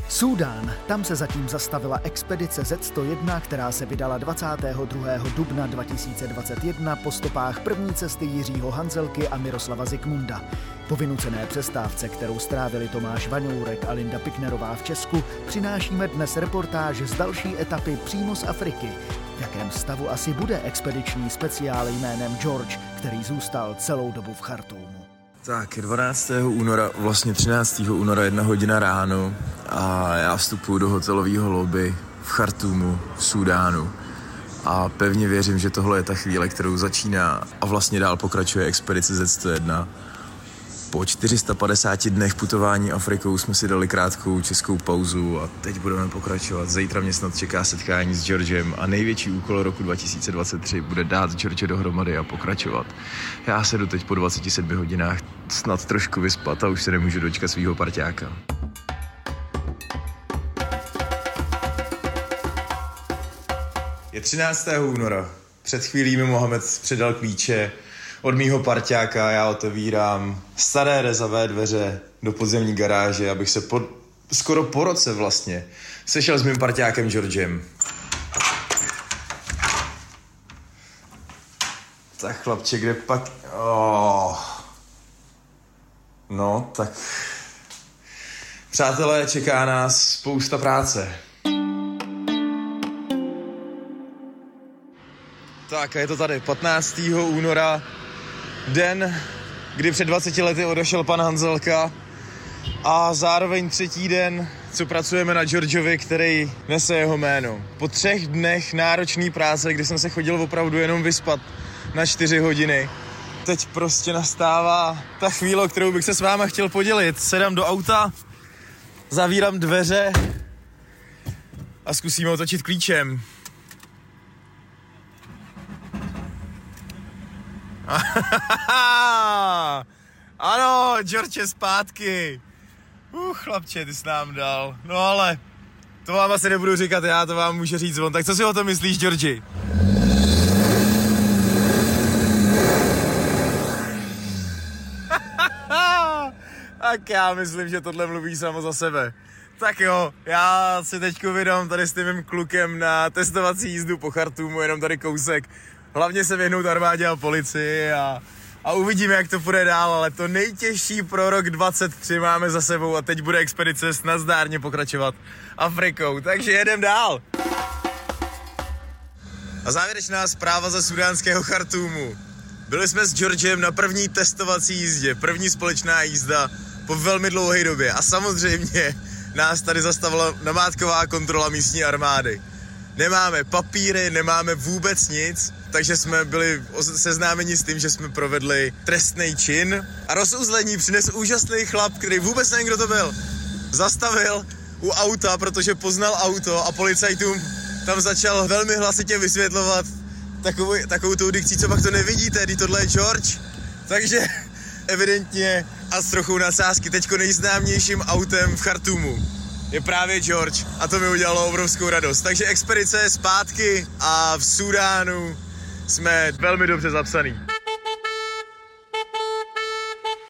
Súdán, tam se zatím zastavila expedice Z101, která se vydala 22. dubna 2021 po stopách první cesty Jiřího Hanzelky a Miroslava Zikmunda. Po vynucené přestávce, kterou strávili Tomáš Vaňourek a Linda Piknerová v Česku, přinášíme dnes reportáž z další etapy přímo z Afriky. V jakém stavu asi bude expediční speciál jménem George, který zůstal celou dobu v Chartúmu? Tak, 12. února, vlastně 13. února 1 hodina ráno a já vstupuji do hotelového lobby v Chartúmu, v Súdánu. A pevně věřím, že tohle je ta chvíle, kterou začíná a vlastně dál pokračuje expedice Z101. Po 450 dnech putování Afrikou jsme si dali krátkou českou pauzu a teď budeme pokračovat. Zítra mě snad čeká setkání s Georgem a největší úkol roku 2023 bude dát George dohromady a pokračovat. Já se jdu teď po 27 hodinách snad trošku vyspat a už se nemůžu dočkat svýho parťáka. Je 13. února. Před chvílí mi Mohamed předal klíče od mýho parťáka, já otevírám staré rezavé dveře do podzemní garáže, abych se skoro po roce vlastně sešel s mým parťákem Georgem. Tak chlapče, kde pak... No, tak... Přátelé, čeká nás spousta práce. Tak a je to tady, 15. února, den, kdy před 20 lety odešel pan Hanzelka a zároveň třetí den, co pracujeme na Georgeovi, který nese jeho jméno. Po 3 dnech náročné práce, kdy jsem se chodil opravdu jenom vyspat na 4 hodiny. Teď prostě nastává ta chvíle, o kterou bych se s váma chtěl podělit. Sedám do auta, zavírám dveře a zkusíme otočit klíčem. Ano, George je zpátky. Chlapče, ty jsi nám dal. No ale, to vám asi nebudu říkat já, to vám může říct on. Tak co si o tom myslíš, Georgi? Tak já myslím, že tohle mluví samo za sebe. Tak jo, já si teďku vydám tady s tím mým klukem na testovací jízdu po Chartúmu, jenom tady kousek. Hlavně se věhnout armádě a policii a uvidíme, jak to půjde dál, ale to nejtěžší pro rok 23 máme za sebou a teď bude expedice snad zdárně pokračovat Afrikou, takže jedem dál. A závěrečná zpráva ze súdánského Chartúmu. Byli jsme s Georgem na první testovací jízdě, první společná jízda po velmi dlouhé době a samozřejmě nás tady zastavila namátková kontrola místní armády. Nemáme papíry, nemáme vůbec nic, takže jsme byli seznámeni s tím, že jsme provedli trestný čin a rozuzlení přinesl úžasný chlap, který vůbec nevím, kdo to byl. Zastavil u auta, protože poznal auto a policajtům tam začal velmi hlasitě vysvětlovat takovou tou dikcí, co pak to nevidíte, když tohle je George. Takže evidentně a s trochou nadsázky teďko nejznámějším autem v Chartúmu je právě George a to mi udělalo obrovskou radost. Takže expedice je zpátky a v Súdánu jsme velmi dobře zapsaný.